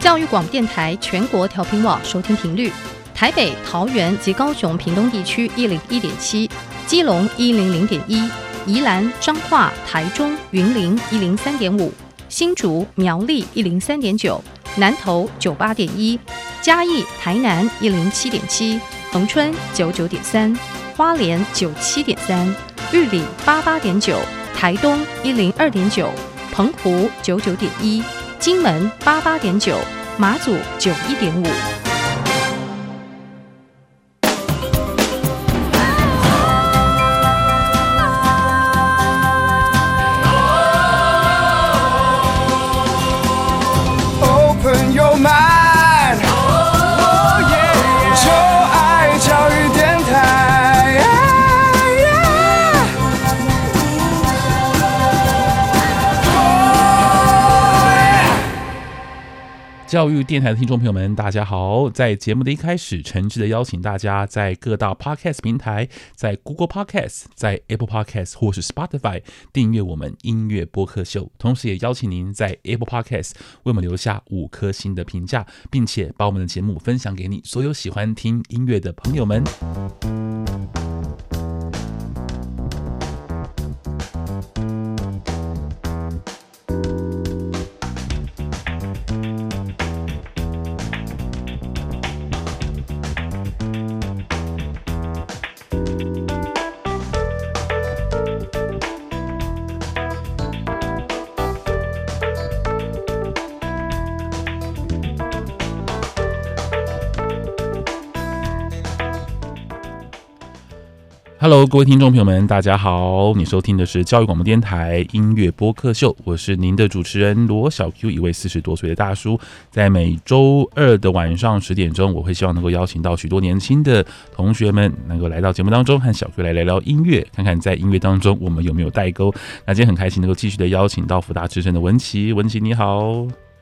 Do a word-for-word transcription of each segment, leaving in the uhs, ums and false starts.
教育广播电台全国调频网收听频率：台北、桃园及高雄屏东地区一零一点七，基隆一零零点一，宜兰、彰化、台中、云林一零三点五，新竹、苗栗一零三点九，南投九八点一，嘉义、台南一零七点七，恒春九九点三，花莲九七点三，玉里八八点九，台东一零二点九，澎湖九九点一，金门八八点九，马祖九一点五。 Open your mind， oh yeah， 就爱教育电台。 教育电台的听众朋友们，大家好！在节目的一开始，诚挚的邀请大家在各大 Podcast 平台，在 Google Podcast、在 Apple Podcast 或是 Spotify 订阅我们音乐播客秀，同时也邀请您在 Apple Podcast 为我们留下五颗星的评价，并且把我们的节目分享给你所有喜欢听音乐的朋友们。Hello， 各位听众朋友们，大家好！你收听的是教育广播电台音乐播客秀，我是您的主持人罗小 Q， 一位四十多岁的大叔。在每周二的晚上十点钟，我会希望能够邀请到许多年轻的同学们，能够来到节目当中，和小 Q 来聊聊音乐，看看在音乐当中我们有没有代沟。那今天很开心能够继续的邀请到福大之声的文琪，文琪你好。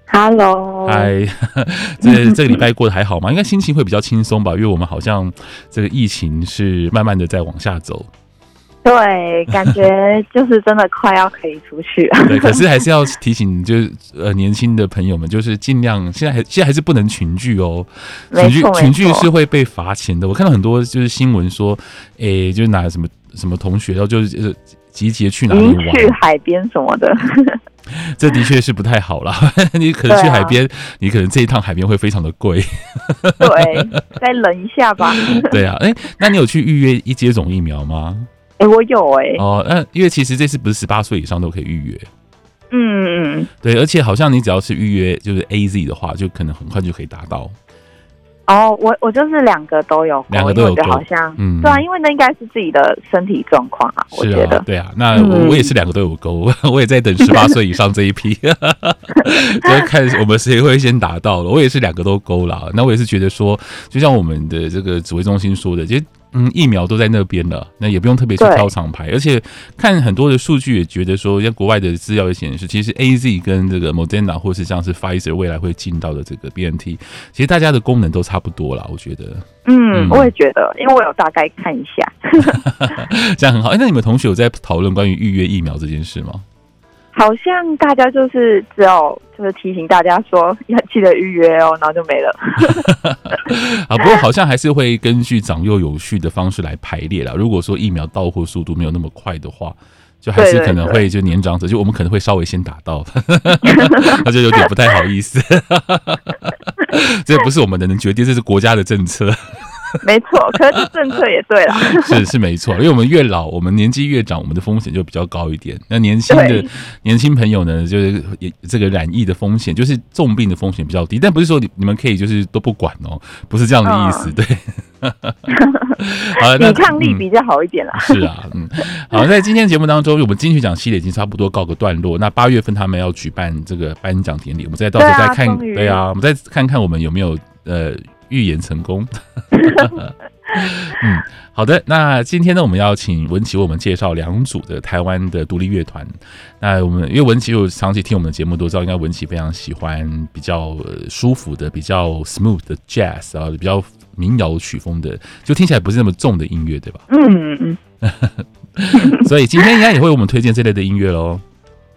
Hello， 嗨，这这个礼拜过得还好吗？应该心情会比较轻松吧，因为我们好像这个疫情是慢慢的在往下走。 对，感觉就是真的快要可以出去了。 对，可是还是要提醒，就是呃年轻的朋友们，就是尽量现在还现在还是不能群聚哦，群聚群聚是会被罚钱的。我看到很多就是新闻说，诶，就是拿什么什么同学，然后就是呃集结去哪里玩， 去海边什么的。 这的确是不太好啦。你可能去海边、啊，你可能这一趟海边会非常的贵。 对，再忍一下吧。 对啊，哎、欸，那你有去预约一接种疫苗吗？ 哎、欸，我有哎、欸。 哦，那因为其实这次不是十八岁以上都可以预约。 嗯嗯。 对，而且好像你只要是预约就是 A Z 的话，就可能很快就可以达到。 哦，我我就是两个都有勾， 两个都有勾， 好像，嗯，对啊，因为那应该是自己的身体状况啊，我觉得， 对啊，那我也是两个都有勾，嗯、我也在等十八岁以上这一批，就看我们谁会先达到了。我也是两个都勾了，那我也是觉得说，就像我们的这个指挥中心说的，其实。嗯，疫苗都在那边了，那也不用特别去挑厂牌，而且看很多的数据也觉得说，像国外的资料也显示，其实 A Z 跟这个 Moderna 或是像是 Pfizer 未来会进到的这个 B N T， 其实大家的功能都差不多啦，我觉得。 嗯，我也觉得，因为我有大概看一下， 这样很好。欸、那你们同学有在讨论关于预约疫苗这件事吗？ 好像大家就是只有就是提醒大家说要记得预约哦，然后就没了。 啊，不过好像还是会根据长幼有序的方式来排列啦。如果说疫苗到货速度没有那么快的话，就还是可能会就年长者，就我们可能会稍微先打到，那就有点不太好意思。这不是我们的能决定，这是国家的政策。 没错，可是政策也对啦。 是是没错，因为我们越老，我们年纪越长，我们的风险就比较高一点。那年轻的年轻朋友呢，就是这个染疫的风险，就是重病的风险比较低。但不是说你你们可以就是都不管哦，不是这样的意思，嗯、对。好， 抵抗力比较好一点啦。 是啊，嗯，好，在今天节目当中，我们金曲奖系列已经差不多告个段落。那八月份他们要举办这个颁奖典礼，我们再到时候再看，对啊，对啊，我们再看看我们有没有呃。预言成功。嗯，好的。那今天呢，我们要请文琪为我们介绍两组的台湾的独立乐团。那我们因为文琪有长期听我们的节目都知道，应该文琪非常喜欢比较舒服的、比较 smooth 的 jazz 啊，比较民谣曲风的，就听起来不是那么重的音乐，对吧？ 嗯嗯。 所以今天应该也会为我们推荐这类的音乐喽。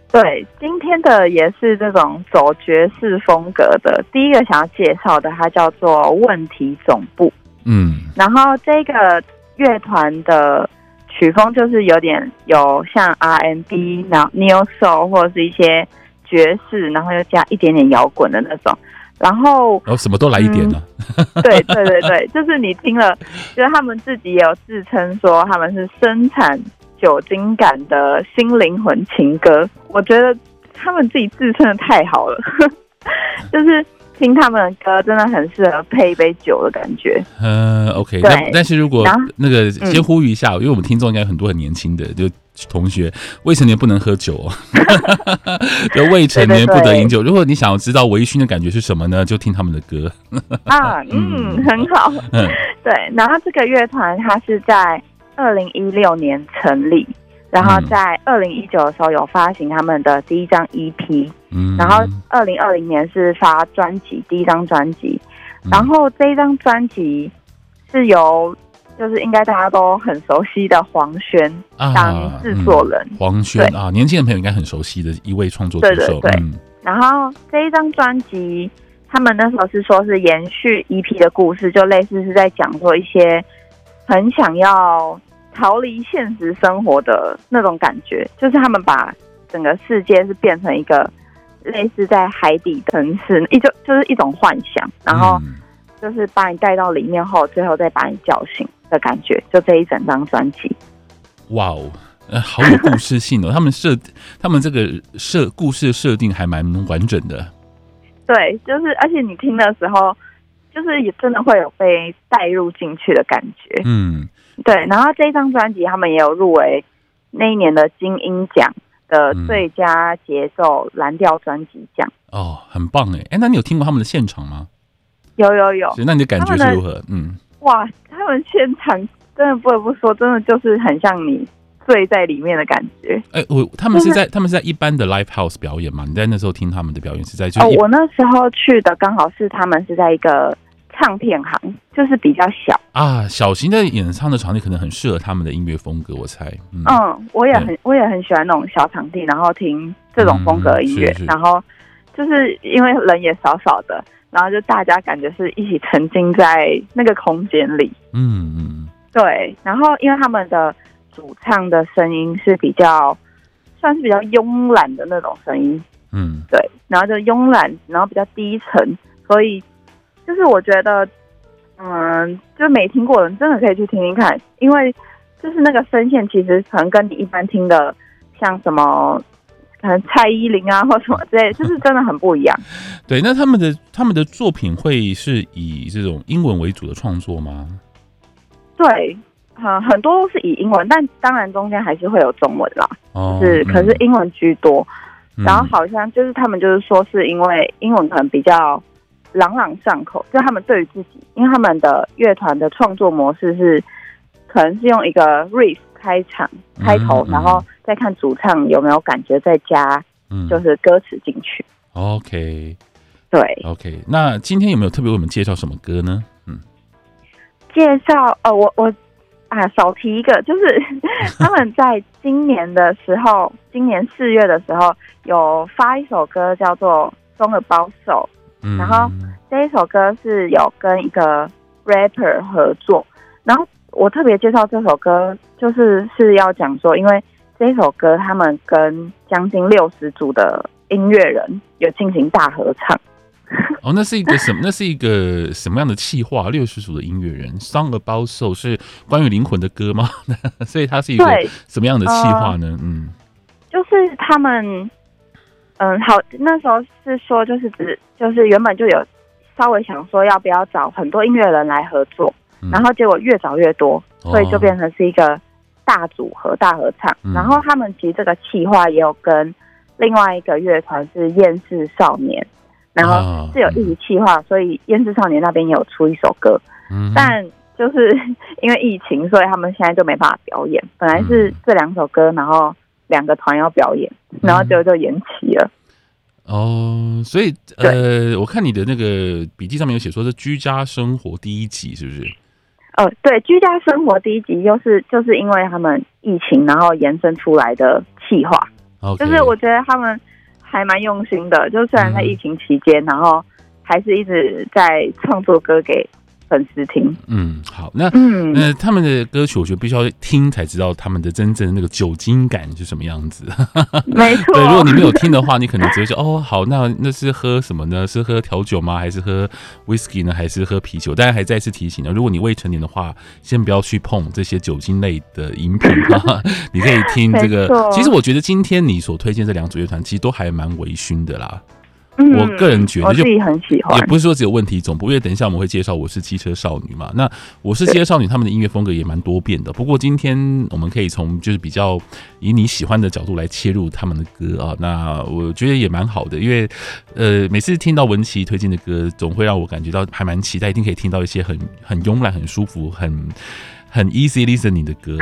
对，今天的也是这种走爵士风格的。第一个想要介绍的，它叫做问题总部。 嗯， 然后这个乐团的曲风就是有点有像 R and B， 然后 Neo Soul 或者是一些爵士，然后又加一点点摇滚的那种。然后， 然后什么都来一点呢、 啊嗯？对对对对，就是你听了，就是他们自己也有自称说他们是生产酒精感的新灵魂情歌。我觉得他们自己自称的太好了，就是听他们的歌真的很适合配一杯酒的感觉。 嗯 ，OK， 但但是如果那个先呼吁一下、嗯，因为我们听众应该很多很年轻的就同学，未成年不能喝酒哦，就未成年不得饮酒。如果你想要知道微醺的感觉是什么呢，就听他们的歌。 啊，嗯，很好。嗯，对。然后这个乐团它是在二零一六年成立。然后在二零一九的时候有发行他们的第一张 E P，、嗯、然后二零二零年是发专辑第一张专辑、嗯，然后这一张专辑是由就是应该大家都很熟悉的黄轩当制作人，啊嗯、 黄轩啊，年轻人朋友应该很熟悉的一位创作歌手。对对对、嗯。 然后这一张专辑，他们那时候是说是延续 E P 的故事，就类似是在讲说一些很想要逃离现实生活的那种感觉，就是他们把整个世界是变成一个类似在海底城市，一就就是一种幻想，然后就是把你带到里面后，最后再把你叫醒的感觉。就这一整张专辑， 哇哦，呃，好有故事性哦！他们设他们这个设故事设定还蛮完整的。 对，就是而且你听的时候，就是也真的会有被带入进去的感觉。嗯。对，然后这张专辑他们也有入围那一年的金鹰奖的最佳节奏蓝调专辑奖、 嗯、哦，很棒哎！哎，那你有听过他们的现场吗？ 有有有。 那你的感觉是如何？嗯， 哇，他们现场真的不得不说，真的就是很像你醉在里面的感觉。 哎，我他们是在、就是、他们是在一般的 live house 表演吗？你在那时候听他们的表演是在就哦，我那时候去的刚好是他们是在一个唱片行，就是比较小啊，小型的演唱的场地可能很适合他们的音乐风格，我猜。嗯， 嗯我也很我也很喜欢那种小场地，然后听这种风格的音乐、嗯，然后就是因为人也少少的，然后就大家感觉是一起沉浸在那个空间里。嗯嗯，对。然后因为他们的主唱的声音是比较算是比较慵懒的那种声音，嗯，对，然后就慵懒，然后比较低沉，所以。就是我觉得，嗯，就没听过的人真的可以去听听看，因为就是那个声线其实可能跟你一般听的，像什么可能蔡依林啊或什么之类的，就是真的很不一样。 对，那他们的他们的作品会是以这种英文为主的创作吗？ 对，嗯，很多都是以英文，但当然中间还是会有中文啦，哦、就是可是英文居多、嗯。然后好像就是他们就是说是因为英文可能比较朗朗上口，就他们对于自己，因为他们的乐团的创作模式是可能是用一个 riff 开场开头、嗯嗯，然后再看主唱有没有感觉，再加就是歌词进去、 嗯。OK， 对 ，OK。那今天有没有特别为我们介绍什么歌呢？嗯， 介绍呃，我我啊少提一个，就是他们在今年的时候，今年四月的时候有发一首歌叫做《Song About Soul》。然后这一首歌是有跟一个 rapper 合作，然后我特别介绍这首歌，就是是要讲说，因为这首歌他们跟将近六十组的音乐人有进行大合唱。 哦，那是一个什么？那是一个什么样的企划？六十组的音乐人 ，Song About Soul 是关于灵魂的歌吗？所以它是一个什么样的企划呢？呃、嗯， 就是他们。嗯，好，那时候是说，就是只就是原本就有稍微想说要不要找很多音乐人来合作，嗯、然后结果越找越多，所以就变成是一个大组合、大合唱。嗯、然后他们其实这个企划也有跟另外一个乐团是厌世少年，然后是有一起企划，所以厌世少年那边也有出一首歌，嗯、但就是因为疫情，所以他们现在就没办法表演。本来是这两首歌，然后两个团要表演，然后结果就延期了。 哦，所以呃，我看你的那个笔记上面有写说是居家生活第一集，是不是？ 哦，对，居家生活第一集就是就是因为他们疫情，然后延伸出来的企划。 ，okay. 就是我觉得他们还蛮用心的，就虽然在疫情期间，嗯、然后还是一直在创作歌给粉丝听。 嗯，好，那嗯，那他们的歌曲，我觉得必须要听才知道他们的真正的那个酒精感是什么样子。 没错， 对，如果你没有听的话，你可能只会说哦，好，那那是喝什么呢？是喝调酒吗？还是喝 whisky 呢？还是喝啤酒？当然还再次提醒呢，如果你未成年的话，先不要去碰这些酒精类的饮品哈。你可以听这个。其实我觉得今天你所推荐这两组乐团，其实都还蛮微醺的啦。 嗯、 我个人觉得就， 我自己很喜欢， 也不是说只有问题总部，因为等一下我们会介绍我是机车少女嘛。那我是机车少女，他们的音乐风格也蛮多变的。不过今天我们可以从就是比较以你喜欢的角度来切入他们的歌啊，那我觉得也蛮好的，因为呃每次听到文琪推荐的歌，总会让我感觉到还蛮期待，一定可以听到一些很很慵懒、很舒服、很很 easy listening 的歌。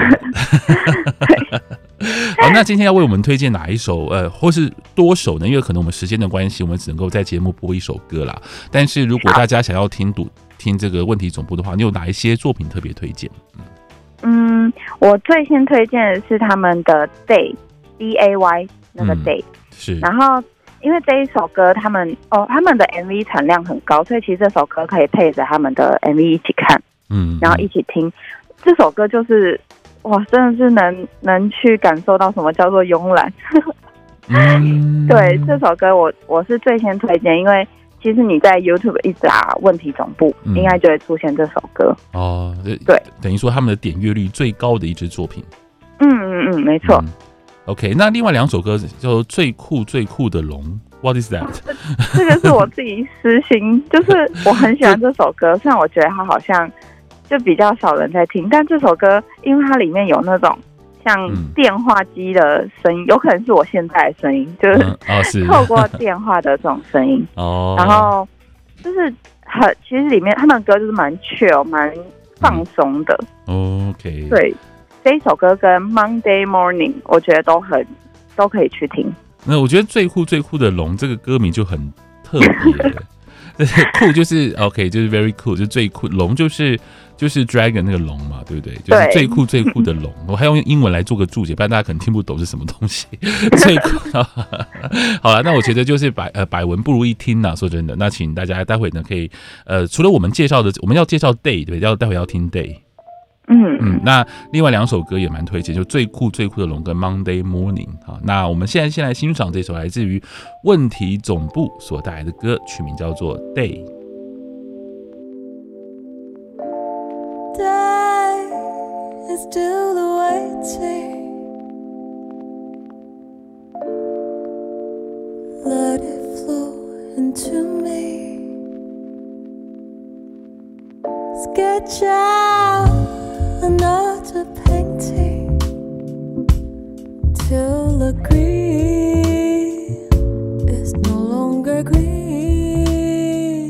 好，那今天要为我们推荐哪一首呃，或是多首呢？因为可能我们时间的关系，我们只能够在节目播一首歌啦。但是如果大家想要听读听这个问题总部的话，你有哪一些作品特别推荐？ 嗯，我最先推荐的是他们的 Day D A Y 那个 Day，、嗯、 是。 然后因为这一首歌，他们哦他们的 M V 产量很高，所以其实这首歌可以配着他们的 M V 一起看，嗯，然后一起听。这首歌就是哇，真的是能能去感受到什么叫做慵懒。嗯、对，这首歌我我是最先推荐，因为其实你在 YouTube 一打问题总部，嗯、应该就会出现这首歌。哦，对， 等于说他们的点阅率最高的一支作品。 嗯嗯嗯，没错、嗯。 OK， 那另外两首歌叫做《最酷最酷的龙》。What is that？ 这个是我自己私心，就是我很喜欢这首歌，虽然我觉得它好像就比较少人在听，但这首歌因为它里面有那种像电话机的声音、嗯，有可能是我现在的声音，就是透过电话的这种声音。哦，然后就是很，其实里面他们的歌就是蛮 chill、蛮放松的。 嗯、OK， 对，这一首歌跟 Monday Morning 我觉得都很都可以去听。 那我觉得最酷最酷的龙这个歌名就很特别。酷就是 OK， 就是 very cool， 就是最酷。龙就是就是 dragon 那个龙嘛，对不对？就是最酷最酷的龙。我还用英文来做个注解，不然大家可能听不懂是什么东西。最酷。好了，那我觉得就是百呃百闻不如一听呐、啊。说真的，那请大家待会呢可以呃除了我们介绍的，我们要介绍 day 对，要待会要听 day。嗯嗯，那另外两首歌也蛮推荐，就最酷最酷的龙跟 Monday Morning 好，那我们现在先来欣赏这首来自于问题总部所带来的歌，曲名叫做 Day。 Day is still the waiting, let it flow into me, sketch out another painting till the green is no longer green.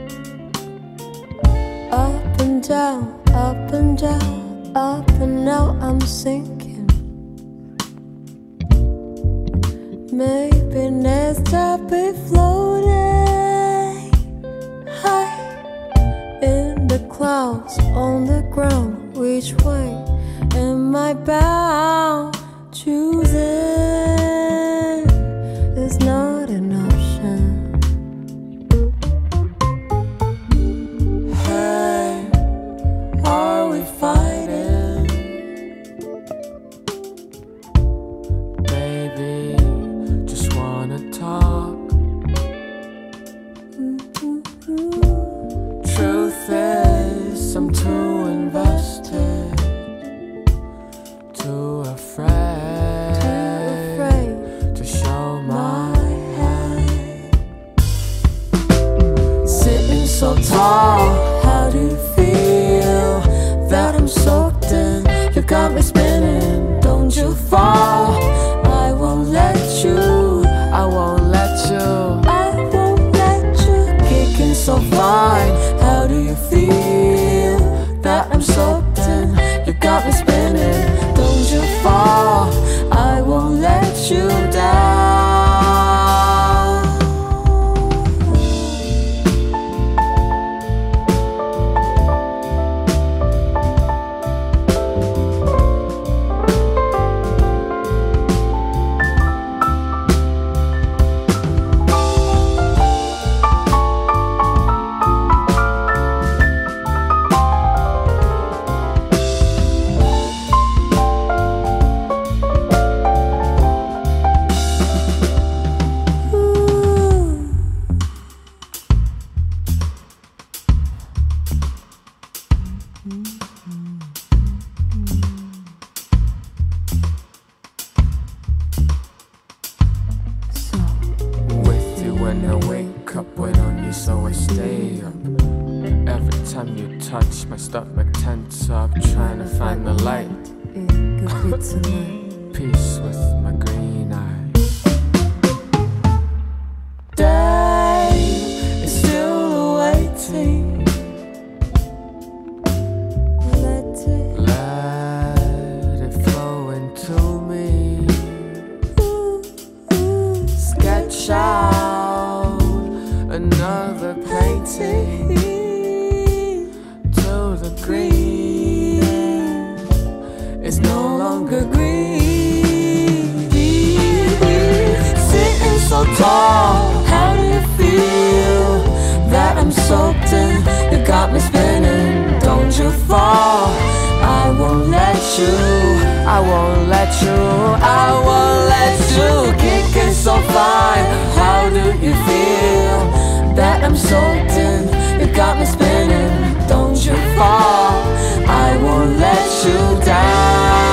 Up and down, up and down, up and now I'm sinking. Maybe next I'll be floating high in the clouds on the ground. Which way am I bound? Choosing is not an option. Hey, are we fighting? Baby, just wanna talk. Mm-hmm. Truth is, I'm too invested, too afraid, too afraid to show my hand. Sitting so tall, how do you feel that I'm soaked in? You got me spinning, don't you fall. I won't let you, I won't let you, I won't let you. Kicking so fine, how do you feel that I'm soaked in? You got me spinning, don't you fall, I won't let you down. wanna wake up when on you, so I stay up. Every time you touch my stomach tense up, trying to find the light. Peace with my green eyes. Day is still awaiting. Let it, let it flow into me. Sketch out another painting to the green. It's no longer green. Sitting so tall, how do you feel that I'm soaked in? You got me spinning, don't you fall. I won't let you, I won't let you, I won't let you. Kicking so fine, how do you feel that I'm soaked in? You got me spinning, don't you fall. I won't let you down.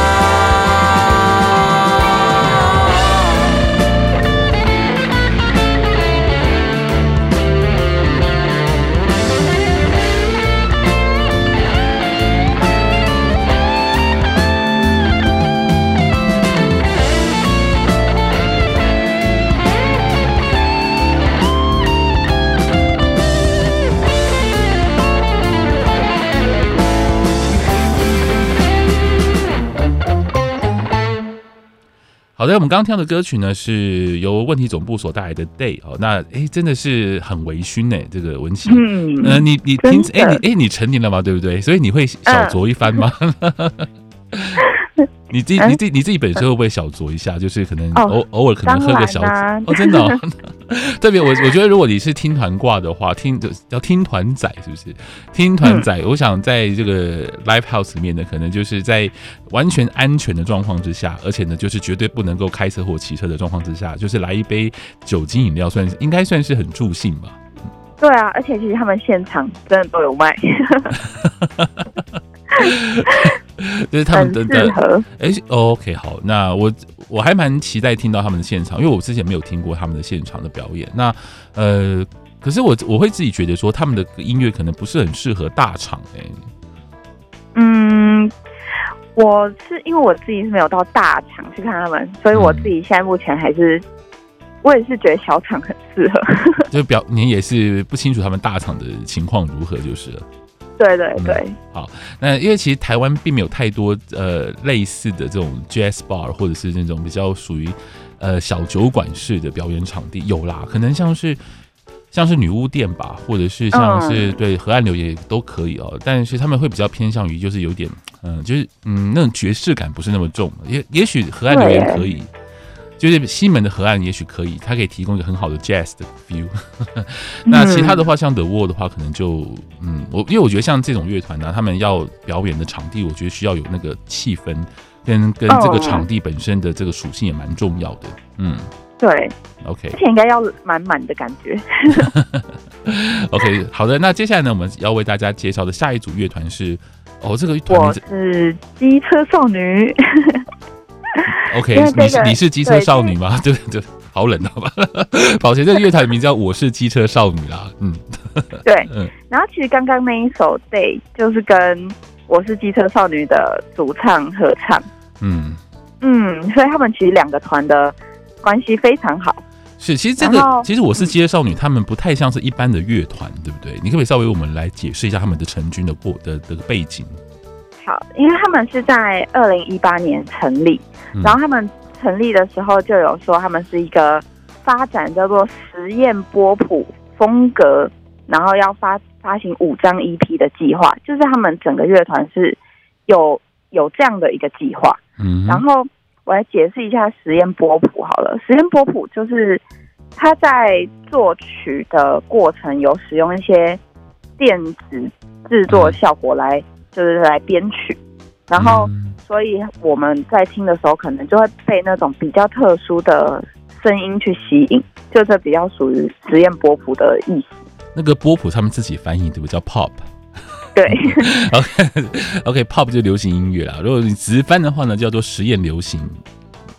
好的，我们刚刚听到的歌曲呢，是由问题总部所带来的 Day 哦，那哎真的是很微醺呢，这个文琪，嗯，呃，你你听，哎你哎你成年了吗？对不对？所以你会小酌一番吗？嗯你自己你自己你自己本身会不会小酌一下？就是可能偶、哦、偶尔可能喝个小酒、啊、哦，真的、哦。特别我我觉得如果你是听团挂的话，听要听团仔是不是？听团仔、嗯，我想在这个 live house 里面呢，可能就是在完全安全的状况之下，而且呢就是绝对不能够开车或骑车的状况之下，就是来一杯酒精饮料，算是应该算是很助兴吧。 对啊，而且其实他们现场真的都有卖。 就是他们的的哎、欸、，OK， 好，那我我还蛮期待听到他们的现场，因为我之前没有听过他们的现场的表演。那呃，可是我我会自己觉得说，他们的音乐可能不是很适合大场哎、欸。 嗯，我是因为我自己是没有到大场去看他们，所以我自己现在目前还是。嗯我也是觉得小场很适合， 就表你也是不清楚他们大场的情况如何就是了。 对对对、嗯， 好，那因为其实台湾并没有太多呃类似的这种 jazz bar 或者是那种比较属于呃小酒馆式的表演场地，有啦，可能像是像是女巫店吧，或者是像是、嗯、对河岸流也都可以哦，但是他们会比较偏向于就是有点嗯、呃，就是嗯那种爵士感不是那么重，也也许河岸流也可以。就是西门的河岸也许可以，它可以提供一个很好的 jazz 的 feel 那其他的话像 The Wall 的话可能就嗯我因为我觉得像这种乐团呢，他们要表演的场地我觉得需要有那个气氛跟跟这个场地本身的这个属性也蛮重要的。嗯， 对 OK， 而且应该要满满的感觉。 OK， 好的，那接下来呢我们要为大家介绍的下一组乐团是哦这个团名字我是机车少女。 OK， 你是你是机车少女吗？对对，好冷好吧？抱歉，这个乐团名叫我是机车少女啦。嗯， 对，嗯。然后其实刚刚那一首 Day 就是跟我是机车少女的主唱合唱。嗯嗯，所以他们其实两个团的关系非常好。 是，其实这个其实我是机车少女，他们不太像是一般的乐团，对不对？你可不可以稍微为我们来解释一下他们的成军的过的这个背景？ 好，因为他们是在二零一八年成立、嗯，然后他们成立的时候就有说他们是一个发展叫做实验波普风格，然后要发发行五张 E P 的计划，就是他们整个乐团是有有这样的一个计划。嗯，然后我来解释一下实验波普好了，实验波普就是他在作曲的过程有使用一些电子制作效果来。就是来编曲，然后所以我们在听的时候可能就会被那种比较特殊的声音去吸引，就这比较属于实验波普的意思。 那个波普他们自己翻译对不对？叫 pop。 对。 OK OK pop 就是流行音乐啦，如果你直翻的话呢，叫做实验流行。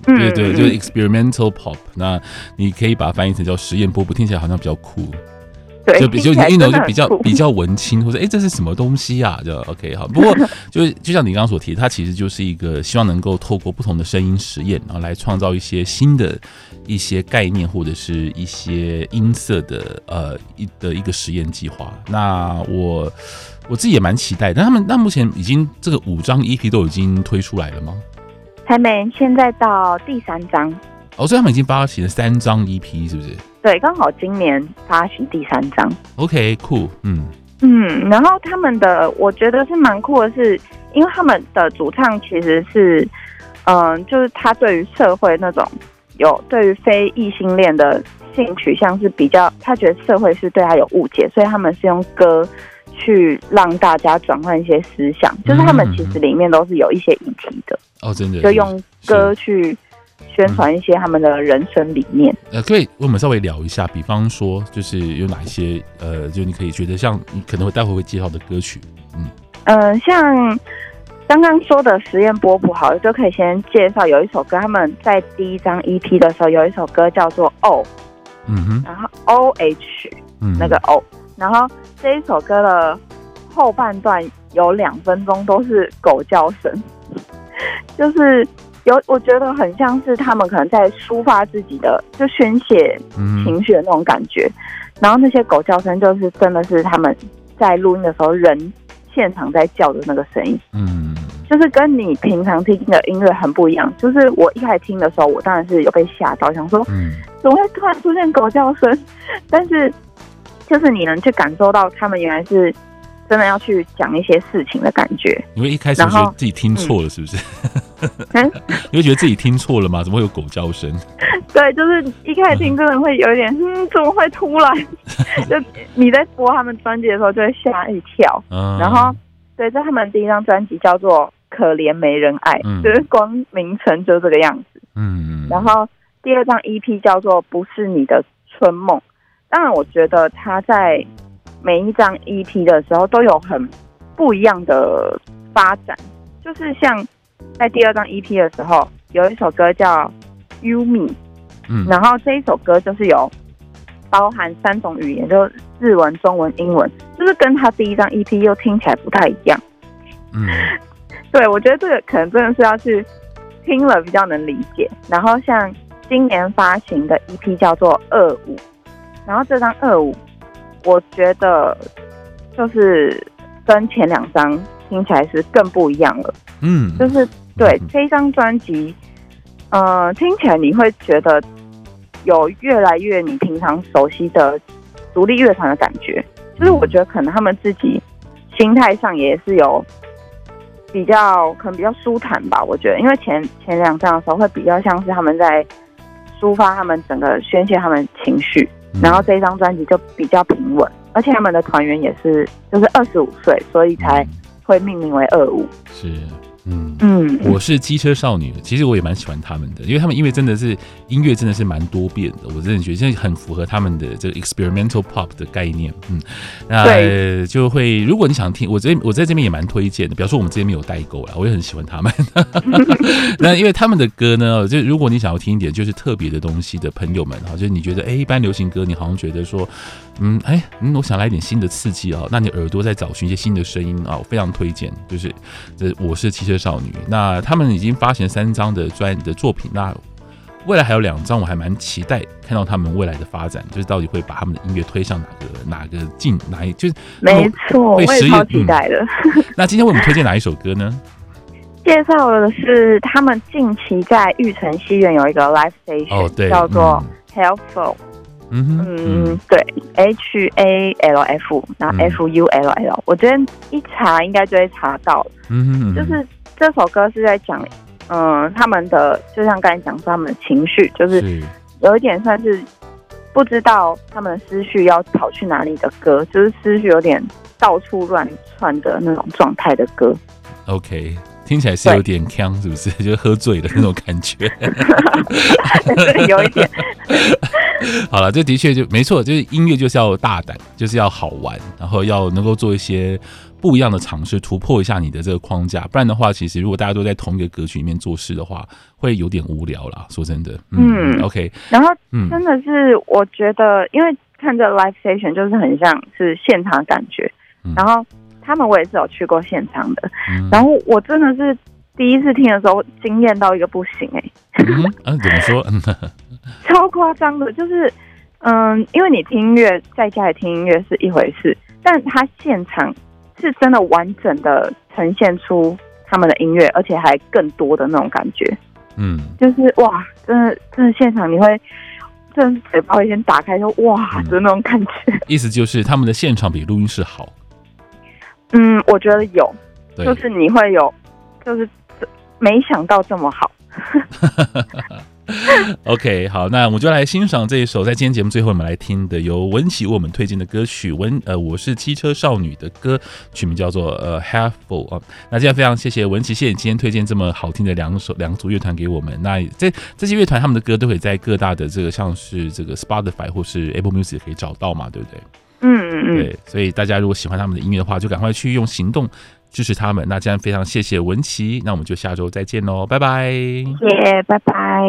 嗯、对对，就是 experimental pop。那你可以把它翻译成叫实验波普，听起来好像比较酷。 对， 就比就你就比较比较文青，或者哎、欸、这是什么东西啊？就 OK 好。不过就就像你刚刚所提，它其实就是一个希望能够透过不同的声音实验，然后来创造一些新的一些概念或者是一些音色的呃一的一个实验计划。那我我自己也蛮期待的。但他们那目前已经这个五张 E P 都已经推出来了吗？ 还没，现在到第三张。 哦，所以他们已经发行了三张 E P， 是不是？ 对，刚好今年发行第三张。 OK， 酷，嗯嗯，然后他们的我觉得是蛮酷的是，因为他们的主唱其实是，嗯、呃，就是他对于社会那种有对于非异性恋的性取向是比较，他觉得社会是对他有误解，所以他们是用歌去让大家转换一些思想，就是他们其实里面都是有一些议题的。 哦，真的， 就用歌去宣传一些他们的人生理念。 呃，可以我们稍微聊一下，比方说就是有哪一些呃，就你可以觉得像你可能会待会会介绍的歌曲，嗯嗯、呃，像刚刚说的实验波普，好了，就可以先介绍有一首歌，他们在第一张 E P 的时候有一首歌叫做 O， 嗯哼， 然后 O H、嗯、那个 O， 然后这一首歌的后半段有两分钟都是狗叫声，就是有我觉得很像是他们可能在抒发自己的，就宣泄情绪的那种感觉。嗯、然后那些狗叫声就是真的是他们在录音的时候人现场在叫的那个声音。嗯，就是跟你平常听的音乐很不一样。就是我一开始听的时候，我当然是有被吓到，想说，嗯，怎么会突然出现狗叫声？但是就是你能去感受到他们原来是真的要去讲一些事情的感觉。 你会一开始觉得自己听错了，是不是？嗯、你会觉得自己听错了吗？怎么会有狗叫声？ 对，就是一开始听真的会有一点，嗯，怎么会突然？就你在播他们专辑的时候就会吓一跳。嗯、然后，对，在他们第一张专辑叫做《可怜没人爱》，嗯、就是光名称就这个样子。嗯。然后第二张 E P 叫做《不是你的春梦》。当然，我觉得他在每一张 E P 的时候都有很不一样的发展，就是像在第二张 E P 的时候，有一首歌叫 You Me， 嗯，然后这一首歌就是有包含三种语言，就是日文、中文、英文，就是跟他第一张 E P 又听起来不太一样。嗯，对，我觉得这个可能真的是要去听了比较能理解。然后像今年发行的 E P 叫做二五，然后这张二五，我觉得就是跟前两张听起来是更不一样了。嗯，就是对这一张专辑，呃，听起来你会觉得有越来越你平常熟悉的独立乐团的感觉。就是我觉得可能他们自己心态上也是有比较可能比较舒坦吧。我觉得，因为前前两张的时候会比较像是他们在抒发他们整个宣泄他们情绪，然后这一张专辑就比较平稳，而且他们的团员也是就是二十五岁，所以才会命名为二五。 是。嗯嗯，我是机车少女，其实我也蛮喜欢他们的，因为他们音乐真的是音乐真的是蛮多变的，我真的觉得这很符合他们的这个 experimental pop 的概念。嗯，那就会如果你想听，我这我在这边也蛮推荐的，表示我们这边没有代沟啦，我也很喜欢他们。那因为他们的歌呢，就如果你想要听一点就是特别的东西的朋友们，就是你觉得哎、欸，一般流行歌你好像觉得说，嗯哎、欸、嗯，我想来一点新的刺激啊，那你耳朵在找寻一些新的声音啊，我非常推荐，就是这我是机车少女。那他们已经发行三张的专的作品，那未来还有两张，我还蛮期待看到他们未来的发展，就是到底会把他们的音乐推上哪个哪个进哪一，就是没错，我也超期待的。 嗯、那今天为我们推荐哪一首歌呢？ 介绍的是他们近期在玉成戏院有一个 live station，、哦、对叫做 Helpful。嗯嗯，对 ，H A L F， 然后 F U L L，、嗯、我觉得一查应该就会查到了。嗯嗯，就是这首歌是在讲，嗯、呃，他们的就像刚才讲说他们的情绪，就是有一点算是不知道他们的思绪要跑去哪里的歌，就是思绪有点到处乱窜的那种状态的歌。 OK。听起来是有点呛，是不是？就是喝醉的那种感觉。 对，有一点。 好了，这的确就没错，就是音乐就是要大胆，就是要好玩，然后要能够做一些不一样的尝试，突破一下你的这个框架。不然的话，其实如果大家都在同一个格局里面做事的话，会有点无聊啦。说真的，嗯, 嗯 ，OK。 然后真的是，我觉得，因为看这 live station 就是很像是现场的感觉，嗯、然后他们我也是有去过现场的，嗯、然后我真的是第一次听的时候惊艳到一个不行哎、欸。 嗯，啊，怎么说？ 超夸张的，就是嗯，因为你听音乐在家里听音乐是一回事，但他现场是真的完整的呈现出他们的音乐，而且还更多的那种感觉。嗯，就是哇，真的真的现场你会，真的嘴巴会先打开说哇的那种感觉。 意思就是他们的现场比录音室好。 嗯，我觉得有，就是你会有，就是没想到这么好。 OK， 好，那我们就来欣赏这一首在今天节目最后我们来听的由文琪为我们推荐的歌曲文呃我是汽车少女的歌，曲名叫做呃 Half-Full 啊。那今天非常谢谢文琪，谢谢你今天推荐这么好听的两首两组乐团给我们。那这这些乐团他们的歌都可以在各大的这个像是这个 Spotify 或是 Apple Music 可以找到嘛，对不对？ 嗯嗯嗯。 对，所以大家如果喜欢他们的音乐的话，就赶快去用行动支持他们。那这样非常谢谢文琪，那我们就下周再见喽，拜拜。 谢谢，拜拜。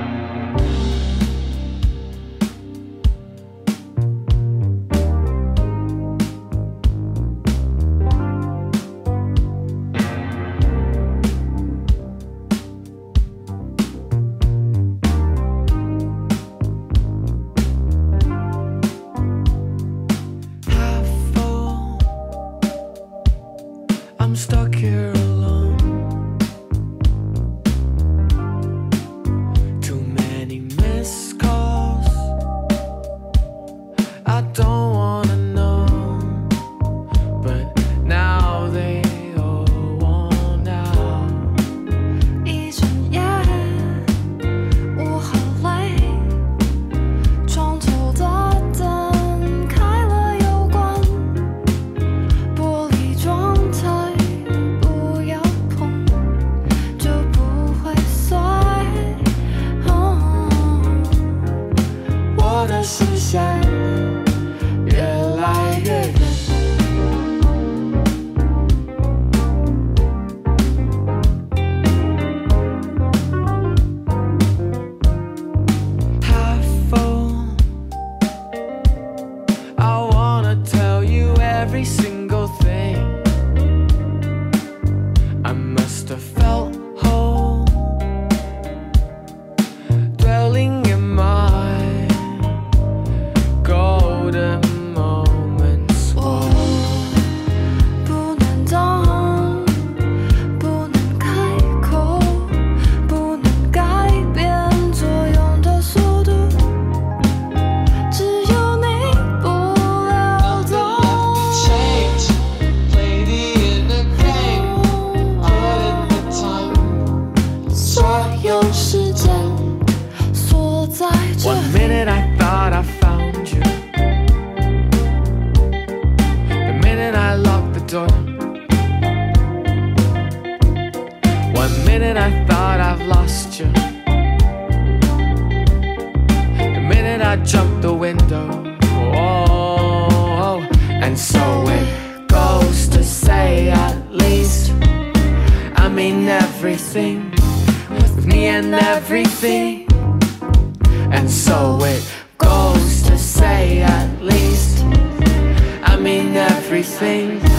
I'm stuck here alone. Too many missed calls. I don't wanna know, but now they all want out. 一转眼，我好累，床头的灯开了又关，玻璃窗台不要碰，就不会碎。 我的视线越来越远。Half full. I wanna tell you every single thing. I must have felt whole, dwelling in my golden moments. 我不能动，不能开口，不能改变作用的速度，只有你不流动。 Change, play the inner game, put in the time. 所有时间锁在这 One 里。 minute I thought I found you. The minute I locked the door. One minute I thought I've lost you. The minute I jumped the window. Oh, and so it goes to say at least I mean everything with me and everything. And so it goes to say at least I mean everything